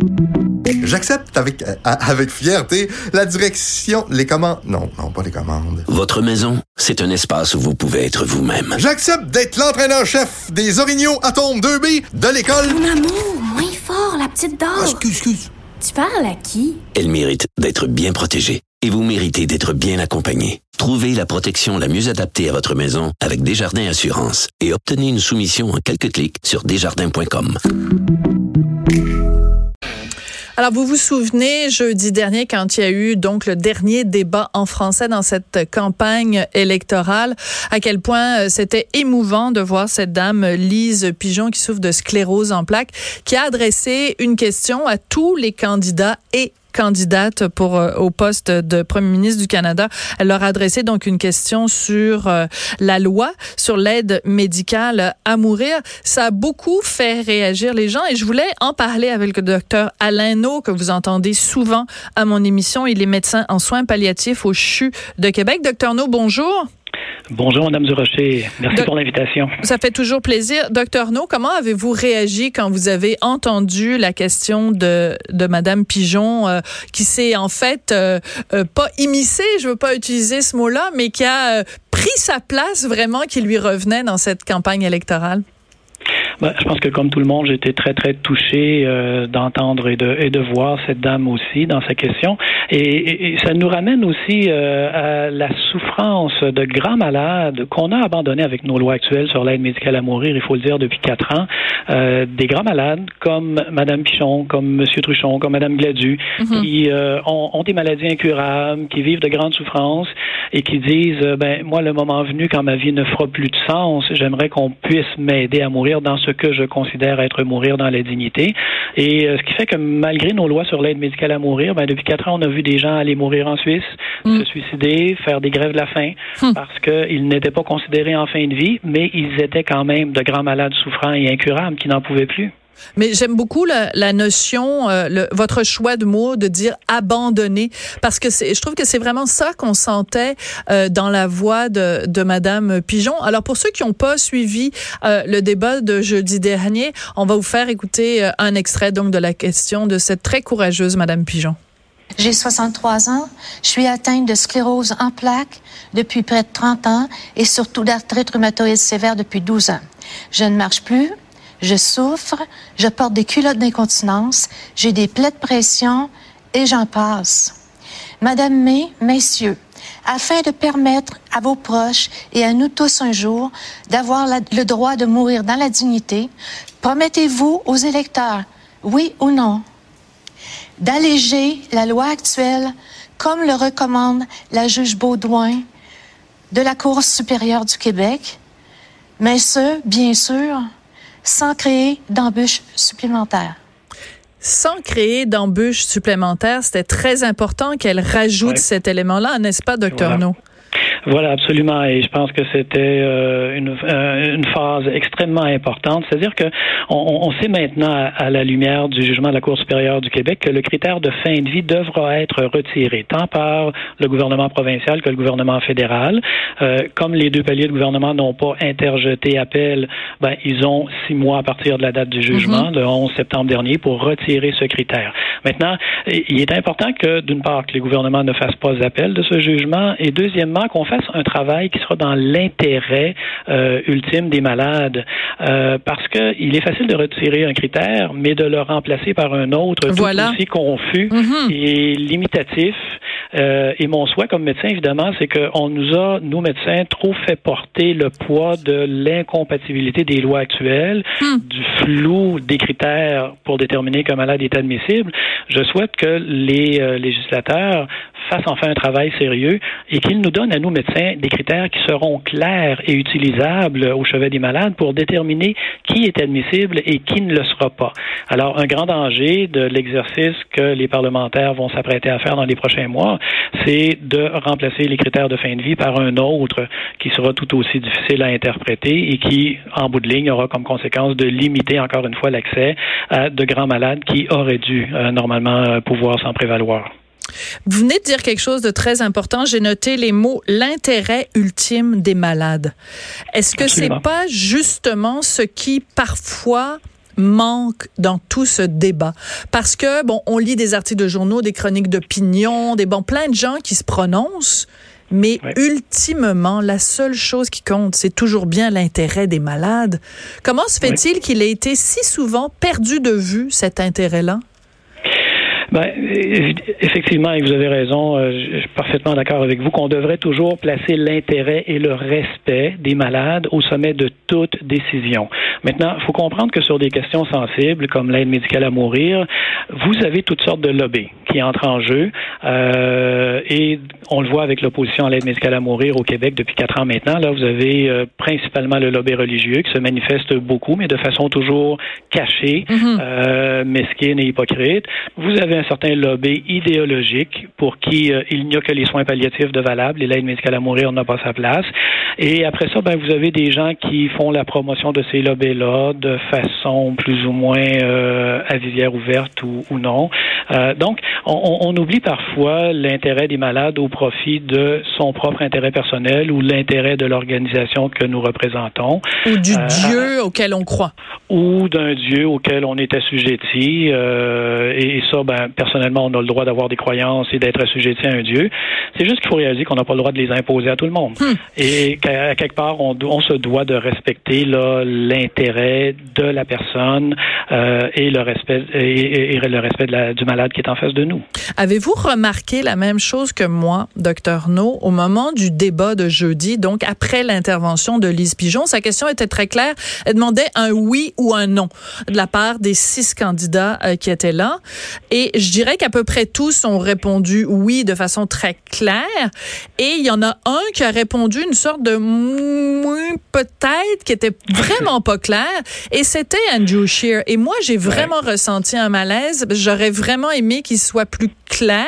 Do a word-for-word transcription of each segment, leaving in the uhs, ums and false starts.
J'accepte avec, euh, avec fierté la direction, les commandes... Non, non, pas les commandes. Votre maison, c'est un espace où vous pouvez être vous-même. J'accepte d'être l'entraîneur-chef des Orignaux Atomes deux B de l'école... Mon amour, moins fort, la petite dame. Ah, excuse, excuse. Tu parles à qui? Elle mérite d'être bien protégée. Et vous méritez d'être bien accompagné. Trouvez la protection la mieux adaptée à votre maison avec Desjardins Assurance et obtenez une soumission en quelques clics sur desjardins point com. Alors, vous vous souvenez, jeudi dernier, quand il y a eu donc le dernier débat en français dans cette campagne électorale, à quel point euh, c'était émouvant de voir cette dame, Lise Pigeon, qui souffre de sclérose en plaques, qui a adressé une question à tous les candidats et candidate pour euh, au poste de Premier ministre du Canada. Elle leur a adressé donc une question sur euh, la loi, sur l'aide médicale à mourir. Ça a beaucoup fait réagir les gens et je voulais en parler avec le docteur Alain Naud, que vous entendez souvent à mon émission. Il est médecin en soins palliatifs au C H U de Québec. Docteur Naud, bonjour. Bonjour, Madame Durocher. Merci Do- pour l'invitation. Ça fait toujours plaisir. Docteur Naud, comment avez-vous réagi quand vous avez entendu la question de, de Madame Pigeon, euh, qui s'est en fait euh, euh, pas immiscée, je veux pas utiliser ce mot-là, mais qui a euh, pris sa place vraiment qui lui revenait dans cette campagne électorale? Ben, je pense que comme tout le monde, j'ai été très, très touché euh, d'entendre et de, et de voir cette dame aussi dans sa question. Et, et, et ça nous ramène aussi euh, à la souffrance de grands malades qu'on a abandonnés avec nos lois actuelles sur l'aide médicale à mourir, il faut le dire, depuis quatre ans. Euh, des grands malades comme Madame Pichon, comme Monsieur Truchon, comme Madame Gladu, mm-hmm. qui euh, ont, ont des maladies incurables, qui vivent de grandes souffrances et qui disent, euh, ben moi, le moment venu, quand ma vie ne fera plus de sens, j'aimerais qu'on puisse m'aider à mourir dans ce que je considère être mourir dans la dignité. Et euh, ce qui fait que malgré nos lois sur l'aide médicale à mourir, ben depuis quatre ans, on a vu des gens aller mourir en Suisse, mm. se suicider, faire des grèves de la faim, mm. parce qu'ils n'étaient pas considérés en fin de vie, mais ils étaient quand même de grands malades souffrants et incurables qui n'en pouvaient plus. Mais j'aime beaucoup la, la notion, euh, le, votre choix de mots de dire abandonner, parce que c'est, je trouve que c'est vraiment ça qu'on sentait euh, dans la voix de, de Madame Pigeon. Alors pour ceux qui n'ont pas suivi euh, le débat de jeudi dernier, on va vous faire écouter euh, un extrait donc de la question de cette très courageuse Madame Pigeon. J'ai soixante-trois ans, je suis atteinte de sclérose en plaques depuis près de trente ans et surtout d'arthrite rhumatoïde sévère depuis douze ans. Je ne marche plus. Je souffre, je porte des culottes d'incontinence, j'ai des plaies de pression et j'en passe. Madame May, messieurs, afin de permettre à vos proches et à nous tous un jour d'avoir la, le droit de mourir dans la dignité, promettez-vous aux électeurs, oui ou non, d'alléger la loi actuelle comme le recommande la juge Baudouin de la Cour supérieure du Québec, mais ce, bien sûr, sans créer d'embûches supplémentaires. Sans créer d'embûches supplémentaires, c'était très important qu'elle rajoute ouais. cet élément-là, n'est-ce pas, docteur Voilà. Naud? Voilà, absolument. Et je pense que c'était euh, une, euh, une phase extrêmement importante. C'est-à-dire que on, on sait maintenant, à, à la lumière du jugement de la Cour supérieure du Québec, que le critère de fin de vie devra être retiré, tant par le gouvernement provincial que le gouvernement fédéral. Euh, comme les deux paliers de gouvernement n'ont pas interjeté appel, ben ils ont six mois à partir de la date du jugement, mm-hmm. le onze septembre dernier, pour retirer ce critère. Maintenant, il est important que, d'une part, que les gouvernements ne fassent pas appel de ce jugement, et deuxièmement, qu'on fasse un travail qui sera dans l'intérêt euh, ultime des malades, euh, parce que il est facile de retirer un critère, mais de le remplacer par un autre voilà. tout aussi confus mm-hmm. et limitatif. Euh, et mon souhait comme médecin, évidemment, c'est qu'on nous a, nous médecins, trop fait porter le poids de l'incompatibilité des lois actuelles, mm. du flou des critères pour déterminer qu'un malade est admissible. Je souhaite que les euh, législateurs fassent enfin un travail sérieux et qu'ils nous donnent à nous médecins des critères qui seront clairs et utilisables au chevet des malades pour déterminer qui est admissible et qui ne le sera pas. Alors, un grand danger de l'exercice que les parlementaires vont s'apprêter à faire dans les prochains mois, c'est de remplacer les critères de fin de vie par un autre qui sera tout aussi difficile à interpréter et qui, en bout de ligne, aura comme conséquence de limiter encore une fois l'accès à de grands malades qui auraient dû euh, normalement euh, pouvoir s'en prévaloir. Vous venez de dire quelque chose de très important. J'ai noté les mots « l'intérêt ultime des malades ». Est-ce que Absolument. C'est pas justement ce qui, parfois, manque dans tout ce débat? Parce que, bon, on lit des articles de journaux, des chroniques d'opinion, des bon, plein de gens qui se prononcent, mais oui. Ultimement, la seule chose qui compte, c'est toujours bien l'intérêt des malades. Comment se fait-il oui. qu'il ait été si souvent perdu de vue, cet intérêt-là? Ben, effectivement, et vous avez raison, euh, je suis parfaitement d'accord avec vous qu'on devrait toujours placer l'intérêt et le respect des malades au sommet de toute décision. Maintenant, il faut comprendre que sur des questions sensibles comme l'aide médicale à mourir, vous avez toutes sortes de lobbies qui entrent en jeu euh, et on le voit avec l'opposition à l'aide médicale à mourir au Québec depuis quatre ans maintenant. Là, vous avez euh, principalement le lobby religieux qui se manifeste beaucoup, mais de façon toujours cachée, mm-hmm. euh, mesquine et hypocrite. Vous avez un certain lobby idéologique pour qui euh, il n'y a que les soins palliatifs de valables et l'aide médicale à mourir n'a pas sa place. Et après ça, ben vous avez des gens qui font la promotion de ces lobbies-là de façon plus ou moins euh, à visière ouverte ou, ou non. Euh, donc, on, on oublie parfois l'intérêt des malades au profit de son propre intérêt personnel ou l'intérêt de l'organisation que nous représentons. Ou du euh, Dieu auquel on croit. Ou d'un Dieu auquel on est assujetti. Euh, et, et ça, ben personnellement, on a le droit d'avoir des croyances et d'être assujetti à un Dieu. C'est juste qu'il faut réaliser qu'on n'a pas le droit de les imposer à tout le monde. Hmm. Et qu'à quelque part, on, on se doit de respecter là, l'intérêt de la personne euh, et le respect et, et le respect de la, du malade qui est en face de nous. Avez-vous remarqué la même chose que moi, docteur No, au moment du débat de jeudi, donc après l'intervention de Lise Pigeon? Sa question était très claire. Elle demandait un oui ou un non de la part des six candidats euh, qui étaient là. Et je dirais qu'à peu près tous ont répondu oui de façon très claire. Et il y en a un qui a répondu une sorte de peut-être qui était vraiment pas clair. Et c'était Andrew Scheer. Et moi, j'ai vraiment ouais. ressenti un malaise. J'aurais vraiment aimé qu'il soit plus clair.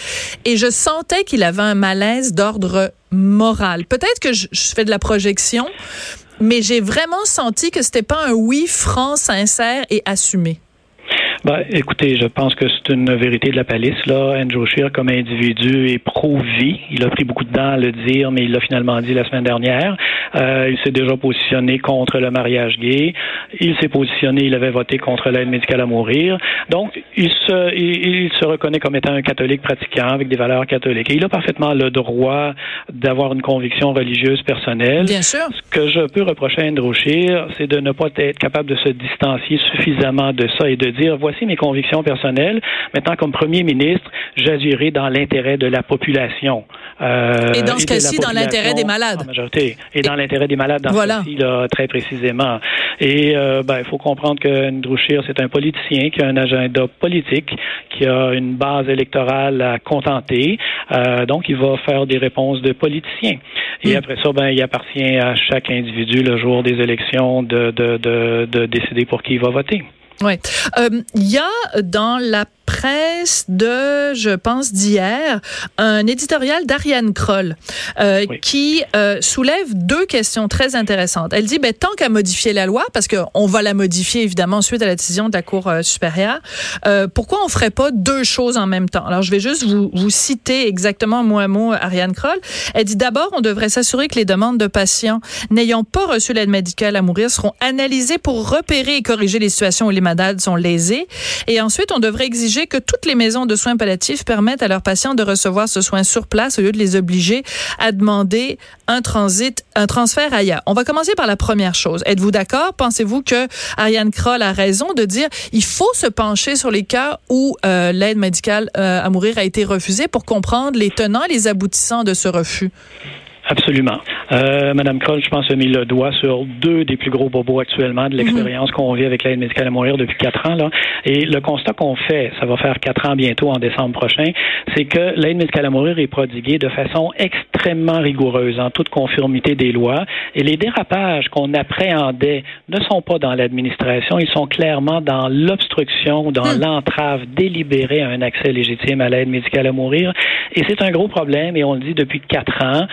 Et je sentais qu'il avait un malaise d'ordre moral. Peut-être que je, je fais de la projection, mais j'ai vraiment senti que c'était pas un oui franc, sincère et assumé. Ben, écoutez, je pense que c'est une vérité de la palisse, là. Andrew Scheer, comme individu, est pro-vie. Il a pris beaucoup de temps à le dire, mais il l'a finalement dit la semaine dernière. Euh, il s'est déjà positionné contre le mariage gay. Il s'est positionné, il avait voté contre l'aide médicale à mourir. Donc, il se, il, il se reconnaît comme étant un catholique pratiquant avec des valeurs catholiques. Et il a parfaitement le droit d'avoir une conviction religieuse personnelle. Bien sûr. Ce que je peux reprocher à Andrew Scheer, c'est de ne pas être capable de se distancier suffisamment de ça et de dire, voici mes convictions personnelles. Maintenant, comme premier ministre, j'agirai dans l'intérêt de la population. Euh, et dans ce cas-ci, dans l'intérêt des malades. En majorité. Et, et dans l'intérêt des malades, dans voilà. ce cas-ci, là, très précisément. Et euh, ben, il faut comprendre que Andrew Scheer, c'est un politicien qui a un agenda politique, qui a une base électorale à contenter. Euh, donc, il va faire des réponses de politicien. Et mmh. après ça, ben, il appartient à chaque individu, le jour des élections, de, de, de, de décider pour qui il va voter. Oui. Euh, il y a dans la presse de, je pense, d'hier, un éditorial d'Ariane Kroll euh, oui. qui euh, soulève deux questions très intéressantes. Elle dit, ben, tant qu'à modifier la loi, parce qu'on va la modifier évidemment suite à la décision de la Cour euh, supérieure, euh, pourquoi on ferait pas deux choses en même temps? Alors, je vais juste vous, vous citer exactement mot à mot Ariane Kroll. Elle dit, d'abord, on devrait s'assurer que les demandes de patients n'ayant pas reçu l'aide médicale à mourir seront analysées pour repérer et corriger les situations où les malades sont lésés. Et ensuite, on devrait exiger que toutes les maisons de soins palliatifs permettent à leurs patients de recevoir ce soin sur place au lieu de les obliger à demander un transit, un transfert ailleurs. On va commencer par la première chose. Êtes-vous d'accord? Pensez-vous que Ariane Kroll a raison de dire il faut se pencher sur les cas où euh, l'aide médicale euh, à mourir a été refusée pour comprendre les tenants et les aboutissants de ce refus? Absolument. Euh, Madame Kroll, je pense, a mis le doigt sur deux des plus gros bobos actuellement de l'expérience mm-hmm. qu'on vit avec l'aide médicale à mourir depuis quatre ans. Là. Et le constat qu'on fait, ça va faire quatre ans bientôt, en décembre prochain, c'est que l'aide médicale à mourir est prodiguée de façon extrêmement rigoureuse, en toute conformité des lois. Et les dérapages qu'on appréhendait ne sont pas dans l'administration, ils sont clairement dans l'obstruction, dans mm. l'entrave délibérée à un accès légitime à l'aide médicale à mourir. Et c'est un gros problème, et on le dit depuis quatre ans. Et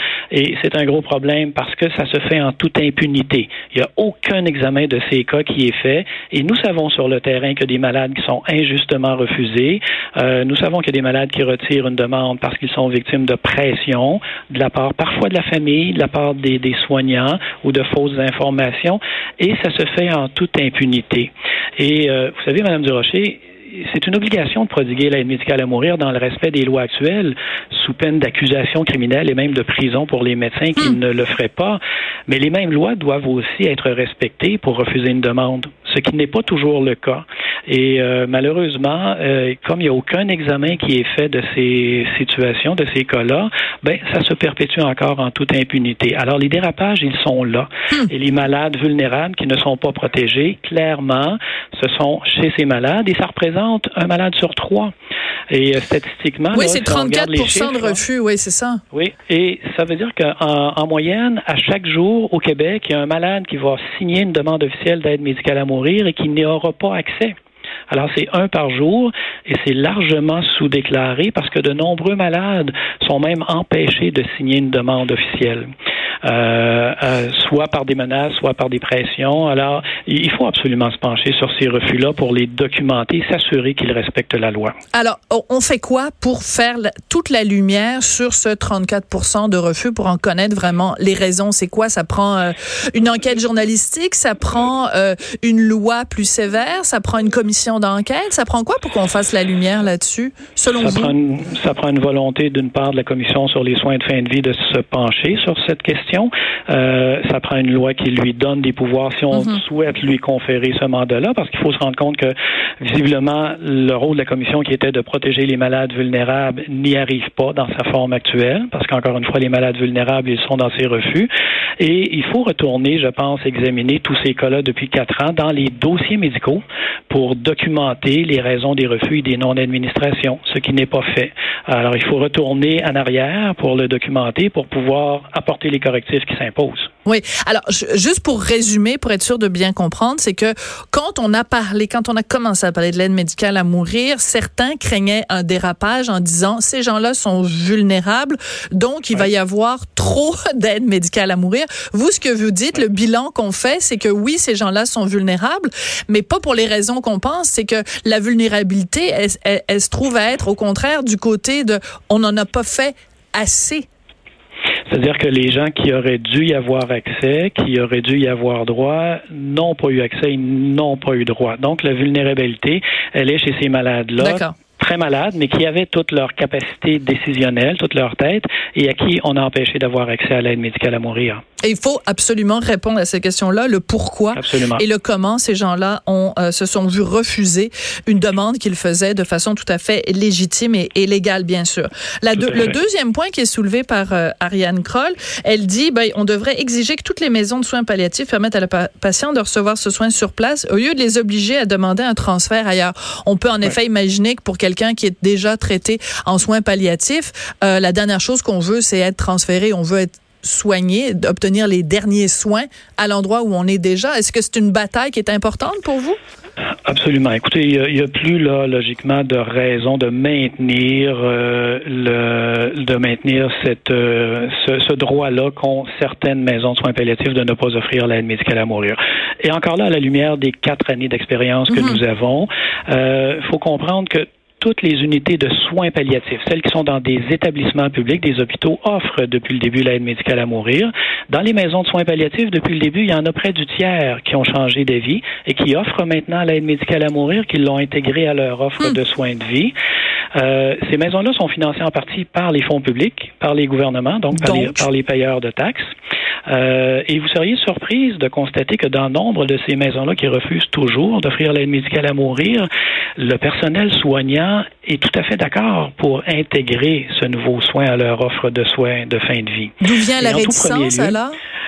Et c'est un gros problème parce que ça se fait en toute impunité. Il n'y a aucun examen de ces cas qui est fait. Et nous savons sur le terrain que des malades qui sont injustement refusés. Euh, nous savons qu'il y a des malades qui retirent une demande parce qu'ils sont victimes de pression, de la part parfois de la famille, de la part des, des soignants ou de fausses informations. Et ça se fait en toute impunité. Et euh, vous savez, Mme Durocher, c'est une obligation de prodiguer l'aide médicale à mourir dans le respect des lois actuelles, sous peine d'accusation criminelle et même de prison pour les médecins qui mmh. ne le feraient pas. Mais les mêmes lois doivent aussi être respectées pour refuser une demande, ce qui n'est pas toujours le cas. Et euh, malheureusement, euh, comme il n'y a aucun examen qui est fait de ces situations, de ces cas-là, ben ça se perpétue encore en toute impunité. Alors les dérapages, ils sont là. Mmh. Et les malades vulnérables qui ne sont pas protégés, clairement, ce sont chez ces malades et ça représente un malade sur trois. Et euh, statistiquement... Oui, là, c'est trente-quatre pour cent de refus, oui, c'est ça. Oui, et ça veut dire qu'en en moyenne, à chaque jour au Québec, il y a un malade qui va signer une demande officielle d'aide médicale à mourir et qui n'y aura pas accès. Alors, c'est un par jour et c'est largement sous-déclaré parce que de nombreux malades sont même empêchés de signer une demande officielle. Euh, euh, soit par des menaces, soit par des pressions. Alors, il faut absolument se pencher sur ces refus-là pour les documenter et s'assurer qu'ils respectent la loi. Alors, on fait quoi pour faire la, toute la lumière sur ce trente-quatre pour cent de refus pour en connaître vraiment les raisons? C'est quoi? Ça prend euh, une enquête journalistique? Ça prend euh, une loi plus sévère? Ça prend une commission d'enquête? Ça prend quoi pour qu'on fasse la lumière là-dessus, selon ça vous? Prend une, ça prend une volonté, d'une part, de la Commission sur les soins de fin de vie de se pencher sur cette question. Euh, ça prend une loi qui lui donne des pouvoirs si on mm-hmm. souhaite lui conférer ce mandat-là, parce qu'il faut se rendre compte que, visiblement, le rôle de la Commission qui était de protéger les malades vulnérables n'y arrive pas dans sa forme actuelle, parce qu'encore une fois, les malades vulnérables, ils sont dans ces refus. Et il faut retourner, je pense, examiner tous ces cas-là depuis quatre ans dans les dossiers médicaux pour documenter les raisons des refus et des non-administrations, ce qui n'est pas fait. Alors, il faut retourner en arrière pour le documenter, pour pouvoir apporter les correctifs qui s'imposent. Oui. Alors, juste pour résumer, pour être sûr de bien comprendre, c'est que quand on a parlé, quand on a commencé à parler de l'aide médicale à mourir, certains craignaient un dérapage en disant ces gens-là sont vulnérables, donc il ouais. va y avoir trop d'aide médicale à mourir. Vous, ce que vous dites, le bilan qu'on fait, c'est que oui, ces gens-là sont vulnérables, mais pas pour les raisons qu'on pense. C'est que la vulnérabilité, elle, elle, elle se trouve à être au contraire du côté de on n'en a pas fait assez. C'est-à-dire que les gens qui auraient dû y avoir accès, qui auraient dû y avoir droit, n'ont pas eu accès, ils n'ont pas eu droit. Donc, la vulnérabilité, elle est chez ces malades-là. D'accord. Très malades, mais qui avaient toute leur capacité décisionnelle, toute leur tête, et à qui on a empêché d'avoir accès à l'aide médicale à mourir. Et il faut absolument répondre à cette question-là, le pourquoi absolument. Et le comment ces gens-là ont euh, se sont vus refuser une demande qu'ils faisaient de façon tout à fait légitime et, et légale, bien sûr. La deux, le deuxième point qui est soulevé par euh, Ariane Kroll, elle dit ben, on devrait exiger que toutes les maisons de soins palliatifs permettent à la pa- patiente de recevoir ce soin sur place au lieu de les obliger à demander un transfert ailleurs. On peut en ouais. effet imaginer que pour quelqu'un qui est déjà traité en soins palliatifs, euh, la dernière chose qu'on veut, c'est être transféré, on veut être soigner, d'obtenir les derniers soins à l'endroit où on est déjà. Est-ce que c'est une bataille qui est importante pour vous? Absolument. Écoutez, il n'y a, a plus là logiquement de raison de maintenir euh, le de maintenir cette euh, ce, ce droit-là qu'ont certaines maisons de soins palliatifs de ne pas offrir l'aide médicale à mourir. Et encore là, à la lumière des quatre années d'expérience que mm-hmm. nous avons, il euh, faut comprendre que toutes les unités de soins palliatifs, celles qui sont dans des établissements publics, des hôpitaux, offrent depuis le début l'aide médicale à mourir. Dans les maisons de soins palliatifs, depuis le début, il y en a près du tiers qui ont changé d'avis et qui offrent maintenant l'aide médicale à mourir, qui l'ont intégrée à leur offre mmh. de soins de vie. Euh, ces maisons-là sont financées en partie par les fonds publics, par les gouvernements, donc, donc. Par, les, par les payeurs de taxes. Euh, et vous seriez surprise de constater que dans nombre de ces maisons-là qui refusent toujours d'offrir l'aide médicale à mourir, le personnel soignant est tout à fait d'accord pour intégrer ce nouveau soin à leur offre de soins de fin de vie. D'où vient et la réticence, alors?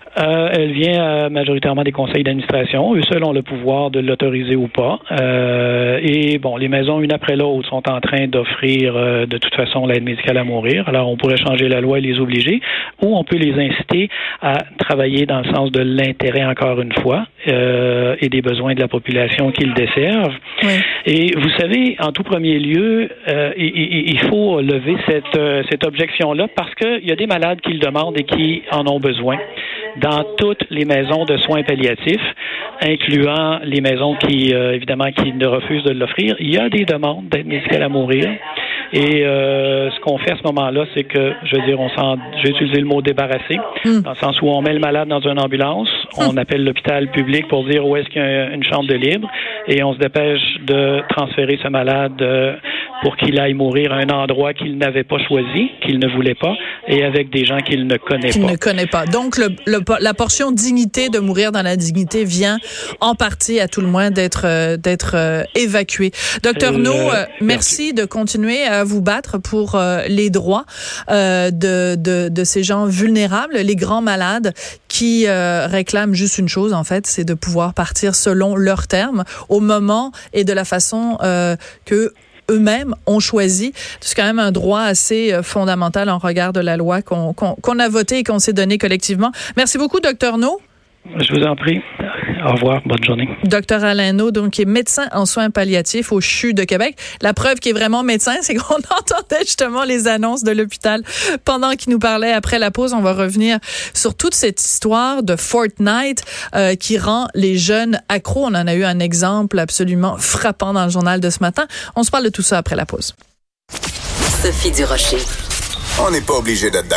Euh, elle vient euh, majoritairement des conseils d'administration. Eux seuls ont le pouvoir de l'autoriser ou pas. Euh, et bon, les maisons, une après l'autre, sont en train d'offrir euh, de toute façon l'aide médicale à mourir. Alors, on pourrait changer la loi et les obliger, ou on peut les inciter à travailler dans le sens de l'intérêt, encore une fois, euh, et des besoins de la population qu'ils desservent. Oui. Et vous savez, en tout premier lieu, euh, il, il, il faut lever cette, euh, cette objection-là parce qu'il y a des malades qui le demandent et qui en ont besoin. Dans toutes les maisons de soins palliatifs, incluant les maisons qui, euh, évidemment, qui ne refusent de l'offrir, il y a des demandes d'aide médicale à mourir. Et euh, ce qu'on fait à ce moment-là, c'est que, je veux dire, on s'en, j'ai utilisé le mot débarrasser, mm. dans le sens où on met le malade dans une ambulance, on mm. appelle l'hôpital public pour dire où est-ce qu'il y a une chambre de libre, et on se dépêche de transférer ce malade euh, pour qu'il aille mourir à un endroit qu'il n'avait pas choisi, qu'il ne voulait pas, et avec des gens qu'il ne connaît qu'il pas. Qu'il ne connaît pas. Donc, le, le, la portion dignité de mourir dans la dignité vient en partie, à tout le moins, d'être euh, d'être euh, évacuée. Docteur Euh, No, euh, merci de continuer à vous battre pour euh, les droits euh, de, de, de ces gens vulnérables, les grands malades qui euh, réclament juste une chose, en fait, c'est de pouvoir partir selon leurs termes, au moment et de la façon euh, que eux-mêmes ont choisi. C'est quand même un droit assez euh, fondamental en regard de la loi qu'on, qu'on, qu'on a votée et qu'on s'est donnée collectivement. Merci beaucoup, Docteur No. Je vous en prie. Au revoir. Bonne journée. Docteur Alain No, donc, qui est médecin en soins palliatifs au C H U de Québec. La preuve qu'il est vraiment médecin, c'est qu'on entendait justement les annonces de l'hôpital pendant qu'il nous parlait. Après la pause, on va revenir sur toute cette histoire de Fortnite euh, qui rend les jeunes accros. On en a eu un exemple absolument frappant dans le journal de ce matin. On se parle de tout ça après la pause. Sophie Durocher. On n'est pas obligé d'être d'accord.